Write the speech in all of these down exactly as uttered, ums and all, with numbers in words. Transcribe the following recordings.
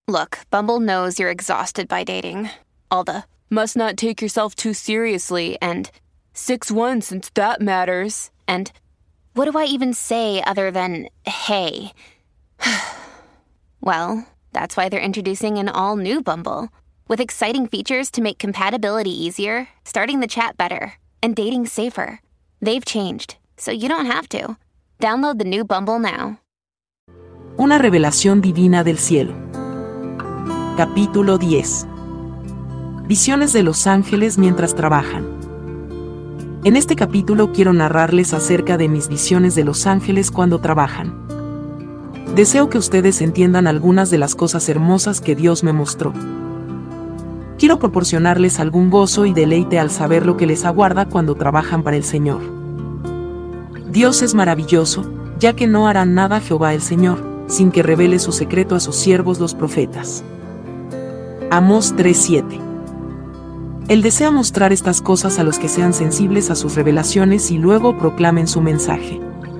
Look, Bumble knows you're exhausted by dating. All the, must not take yourself too seriously, and six one since that matters, and what do I even say other than, hey? Well, that's why they're introducing an all-new Bumble, with exciting features to make compatibility easier, starting the chat better, and dating safer. They've changed, so you don't have to. Download the new Bumble now. Una revelación divina del cielo. Capítulo diez. Visiones de los ángeles mientras trabajan. En este capítulo quiero narrarles acerca de mis visiones de los ángeles cuando trabajan. Deseo que ustedes entiendan algunas de las cosas hermosas que Dios me mostró. Quiero proporcionarles algún gozo y deleite al saber lo que les aguarda cuando trabajan para el Señor. Dios es maravilloso, ya que no hará nada Jehová el Señor, sin que revele su secreto a sus siervos los profetas. Amós tres siete. Él desea mostrar estas cosas a los que sean sensibles a sus revelaciones y luego proclamen su mensaje.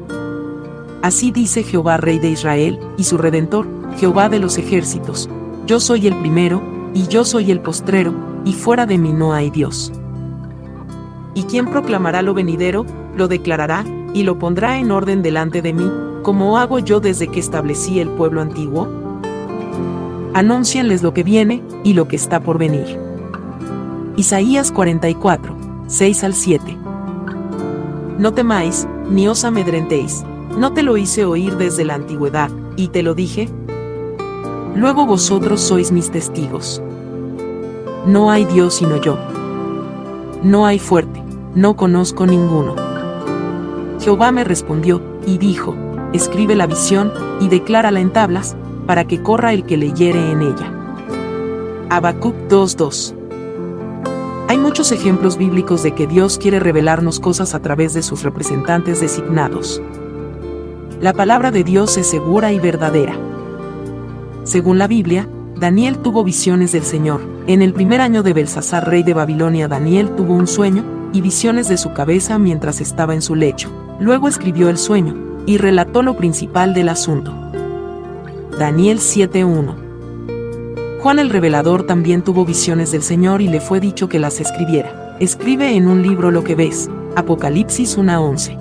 Así dice Jehová Rey de Israel, y su Redentor, Jehová de los ejércitos: yo soy el primero, y yo soy el postrero, y fuera de mí no hay Dios. ¿Y quién proclamará lo venidero? Lo declarará, y lo pondrá en orden delante de mí, como hago yo desde que establecí el pueblo antiguo. Anúncianles lo que viene, y lo que está por venir. Isaías cuarenta y cuatro, seis al siete. No temáis, ni os amedrentéis, no te lo hice oír desde la antigüedad, y te lo dije. Luego vosotros sois mis testigos. No hay Dios sino yo. No hay fuerte, no conozco ninguno. Jehová me respondió, y dijo: escribe la visión, y declárala en tablas, para que corra el que leyere en ella. Habacuc dos dos. Hay muchos ejemplos bíblicos de que Dios quiere revelarnos cosas a través de sus representantes designados. La palabra de Dios es segura y verdadera. Según la Biblia, Daniel tuvo visiones del Señor. En el primer año de Belsasar, rey de Babilonia, Daniel tuvo un sueño y visiones de su cabeza mientras estaba en su lecho. Luego escribió el sueño y relató lo principal del asunto. Daniel siete uno. Juan el Revelador también tuvo visiones del Señor y le fue dicho que las escribiera. Escribe en un libro lo que ves. Apocalipsis uno once.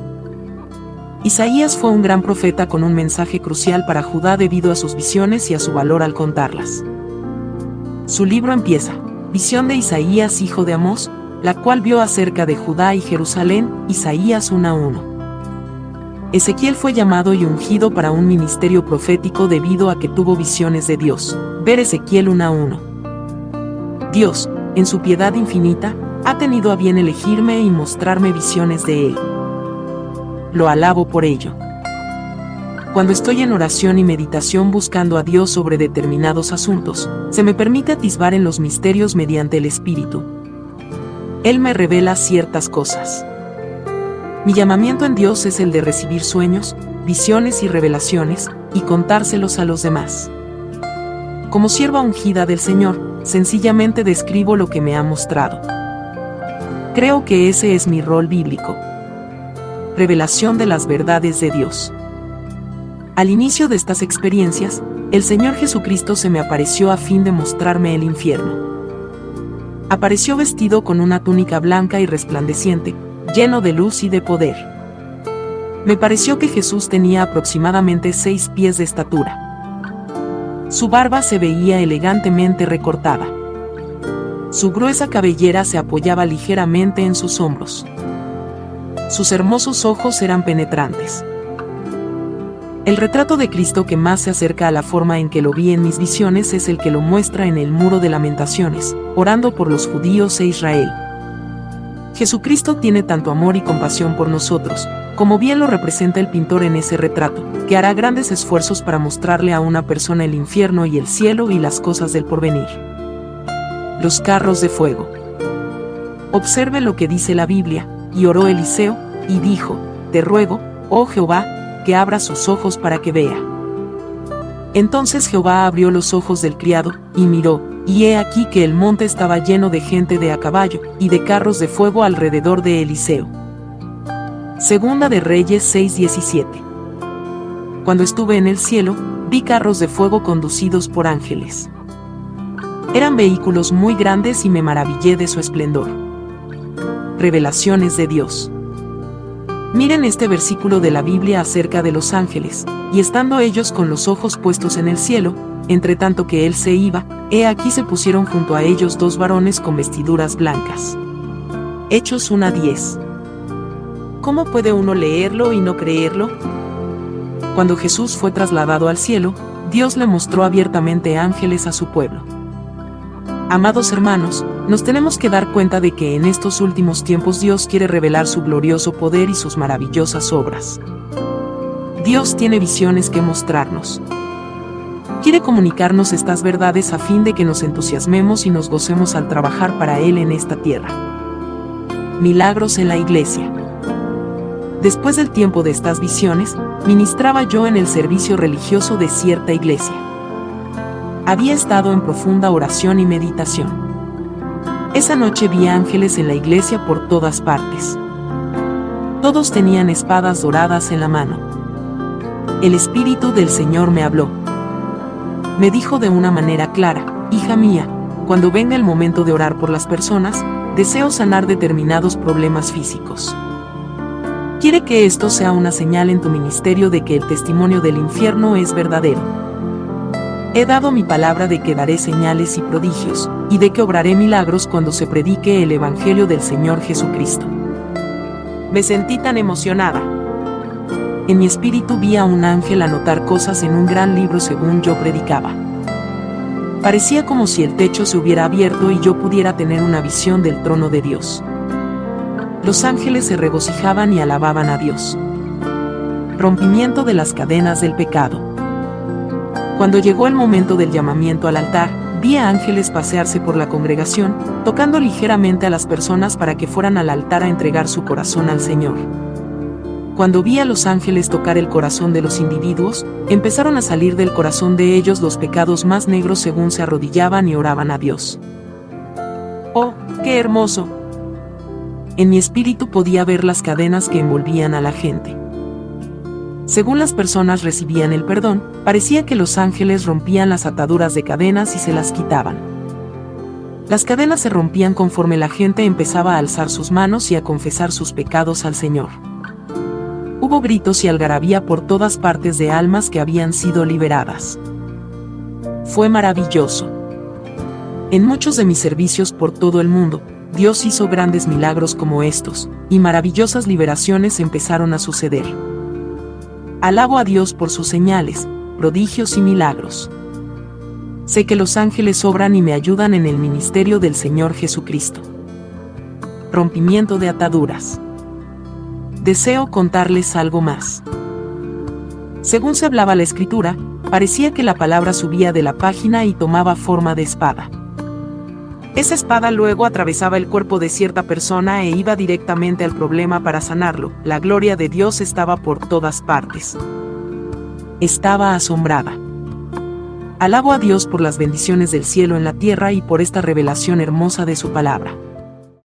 Isaías fue un gran profeta con un mensaje crucial para Judá debido a sus visiones y a su valor al contarlas. Su libro empieza: visión de Isaías hijo de Amós, la cual vio acerca de Judá y Jerusalén, Isaías uno uno. Ezequiel fue llamado y ungido para un ministerio profético debido a que tuvo visiones de Dios. Ver Ezequiel uno uno. Dios, en su piedad infinita, ha tenido a bien elegirme y mostrarme visiones de Él. Lo alabo por ello. Cuando estoy en oración y meditación buscando a Dios sobre determinados asuntos, se me permite atisbar en los misterios mediante el Espíritu. Él me revela ciertas cosas. Mi llamamiento en Dios es el de recibir sueños, visiones y revelaciones, y contárselos a los demás. Como sierva ungida del Señor, sencillamente describo lo que me ha mostrado. Creo que ese es mi rol bíblico. Revelación de las verdades de Dios. Al inicio de estas experiencias, el Señor Jesucristo se me apareció a fin de mostrarme el infierno. Apareció vestido con una túnica blanca y resplandeciente, lleno de luz y de poder. Me pareció que Jesús tenía aproximadamente seis pies de estatura. Su barba se veía elegantemente recortada. Su gruesa cabellera se apoyaba ligeramente en sus hombros. Sus hermosos ojos eran penetrantes. El retrato de Cristo que más se acerca a la forma en que lo vi en mis visiones es el que lo muestra en el Muro de Lamentaciones, orando por los judíos e Israel. Jesucristo tiene tanto amor y compasión por nosotros, como bien lo representa el pintor en ese retrato, que hará grandes esfuerzos para mostrarle a una persona el infierno y el cielo y las cosas del porvenir. Los carros de fuego. Observe lo que dice la Biblia: y oró Eliseo, y dijo: te ruego, oh Jehová, que abra sus ojos para que vea. Entonces Jehová abrió los ojos del criado, y miró, y he aquí que el monte estaba lleno de gente de a caballo, y de carros de fuego alrededor de Eliseo. Segunda de Reyes seis diecisiete. Cuando estuve en el cielo, vi carros de fuego conducidos por ángeles. Eran vehículos muy grandes y me maravillé de su esplendor. Revelaciones de Dios. Miren este versículo de la Biblia acerca de los ángeles, y estando ellos con los ojos puestos en el cielo, entre tanto que él se iba, he aquí se pusieron junto a ellos dos varones con vestiduras blancas. Hechos uno diez. ¿Cómo puede uno leerlo y no creerlo? Cuando Jesús fue trasladado al cielo, Dios le mostró abiertamente ángeles a su pueblo. Amados hermanos, nos tenemos que dar cuenta de que en estos últimos tiempos Dios quiere revelar su glorioso poder y sus maravillosas obras. Dios tiene visiones que mostrarnos. Quiere comunicarnos estas verdades a fin de que nos entusiasmemos y nos gocemos al trabajar para Él en esta tierra. Milagros en la iglesia. Después del tiempo de estas visiones, ministraba yo en el servicio religioso de cierta iglesia. Había estado en profunda oración y meditación. Esa noche vi ángeles en la iglesia por todas partes. Todos tenían espadas doradas en la mano. El Espíritu del Señor me habló. Me dijo de una manera clara: hija mía, cuando venga el momento de orar por las personas, deseo sanar determinados problemas físicos. Quiere que esto sea una señal en tu ministerio de que el testimonio del infierno es verdadero. He dado mi palabra de que daré señales y prodigios, y de que obraré milagros cuando se predique el Evangelio del Señor Jesucristo. Me sentí tan emocionada. En mi espíritu vi a un ángel anotar cosas en un gran libro según yo predicaba. Parecía como si el techo se hubiera abierto y yo pudiera tener una visión del trono de Dios. Los ángeles se regocijaban y alababan a Dios. Rompimiento de las cadenas del pecado. Cuando llegó el momento del llamamiento al altar, vi a ángeles pasearse por la congregación, tocando ligeramente a las personas para que fueran al altar a entregar su corazón al Señor. Cuando vi a los ángeles tocar el corazón de los individuos, empezaron a salir del corazón de ellos los pecados más negros según se arrodillaban y oraban a Dios. ¡Oh, qué hermoso! En mi espíritu podía ver las cadenas que envolvían a la gente. Según las personas recibían el perdón, parecía que los ángeles rompían las ataduras de cadenas y se las quitaban. Las cadenas se rompían conforme la gente empezaba a alzar sus manos y a confesar sus pecados al Señor. Hubo gritos y algarabía por todas partes de almas que habían sido liberadas. Fue maravilloso. En muchos de mis servicios por todo el mundo, Dios hizo grandes milagros como estos, y maravillosas liberaciones empezaron a suceder. Alabo a Dios por sus señales, prodigios y milagros. Sé que los ángeles obran y me ayudan en el ministerio del Señor Jesucristo. Rompimiento de ataduras. Deseo contarles algo más. Según se hablaba la Escritura, parecía que la palabra subía de la página y tomaba forma de espada. Esa espada luego atravesaba el cuerpo de cierta persona e iba directamente al problema para sanarlo. La gloria de Dios estaba por todas partes. Estaba asombrada. Alabo a Dios por las bendiciones del cielo en la tierra y por esta revelación hermosa de su palabra.